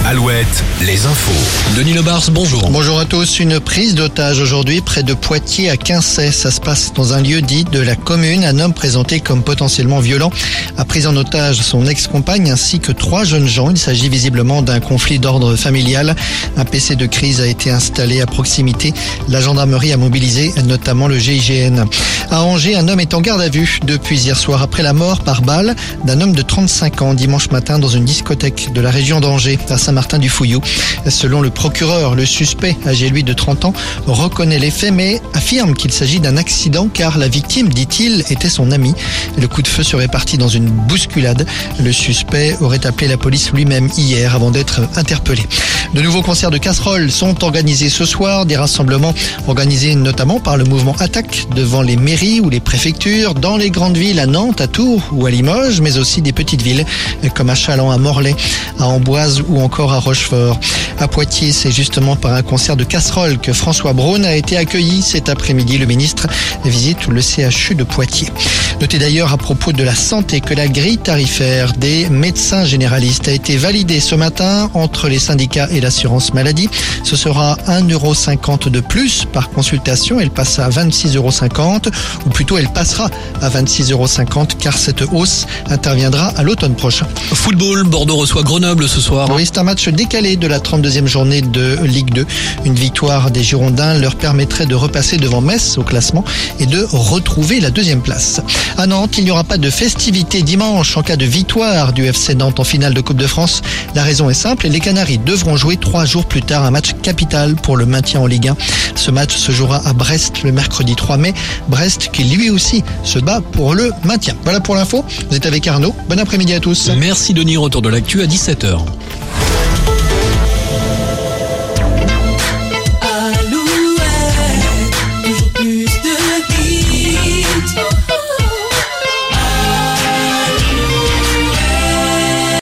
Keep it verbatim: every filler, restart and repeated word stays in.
Alouette, les infos. Denis Lebars, bonjour. Bonjour à tous. Une prise d'otage aujourd'hui près de Poitiers à Quincey. Ça se passe dans un lieu dit de la commune. Un homme présenté comme potentiellement violent a pris en otage son ex-compagne ainsi que trois jeunes gens. Il s'agit visiblement d'un conflit d'ordre familial. Un P C de crise a été installé à proximité. La gendarmerie a mobilisé notamment le G I G N. À Angers, un homme est en garde à vue depuis hier soir après la mort par balle d'un homme de trente-cinq ans dimanche matin dans une discothèque de la région d'Angers à Saint-Martin-du-Fouillou. Selon le procureur, le suspect, âgé lui de trente ans, reconnaît les faits mais affirme qu'il s'agit d'un accident car la victime, dit-il, était son ami. Le coup de feu serait parti dans une bousculade. Le suspect aurait appelé la police lui-même hier avant d'être interpellé. De nouveaux concerts de casseroles sont organisés ce soir. Des rassemblements organisés notamment par le mouvement Attaque devant les mairies ou les préfectures, dans les grandes villes à Nantes, à Tours ou à Limoges, mais aussi des petites villes comme à Châlons, à Morlaix, à Amboise ou encore à Rochefort. À Poitiers, c'est justement par un concert de casseroles que François Braun a été accueilli cet après-midi. Le ministre visite le C H U de Poitiers. Notez d'ailleurs à propos de la santé que la grille tarifaire des médecins généralistes a été validée ce matin entre les syndicats et l'assurance maladie. Ce sera un euro cinquante de plus par consultation. Elle passe à vingt-six euros cinquante, ou plutôt elle passera à vingt-six euros cinquante car cette hausse interviendra à l'automne prochain. Football, Bordeaux reçoit Grenoble ce soir. Oui, c'est un match décalé de la trente-deuxième journée de Ligue deux. Une victoire des Girondins leur permettrait de repasser devant Metz au classement et de retrouver la deuxième place. À Nantes, il n'y aura pas de festivité dimanche en cas de victoire du F C Nantes en finale de Coupe de France. La raison est simple, les Canaries devront jouer trois jours plus tard un match capital pour le maintien en Ligue un. Ce match se jouera à Brest le mercredi trois mai. Brest qui lui aussi se bat pour le maintien. Voilà pour l'info. Vous êtes avec Arnaud. Bon après-midi à tous. Merci Denis, retour de l'actu à dix-sept heures.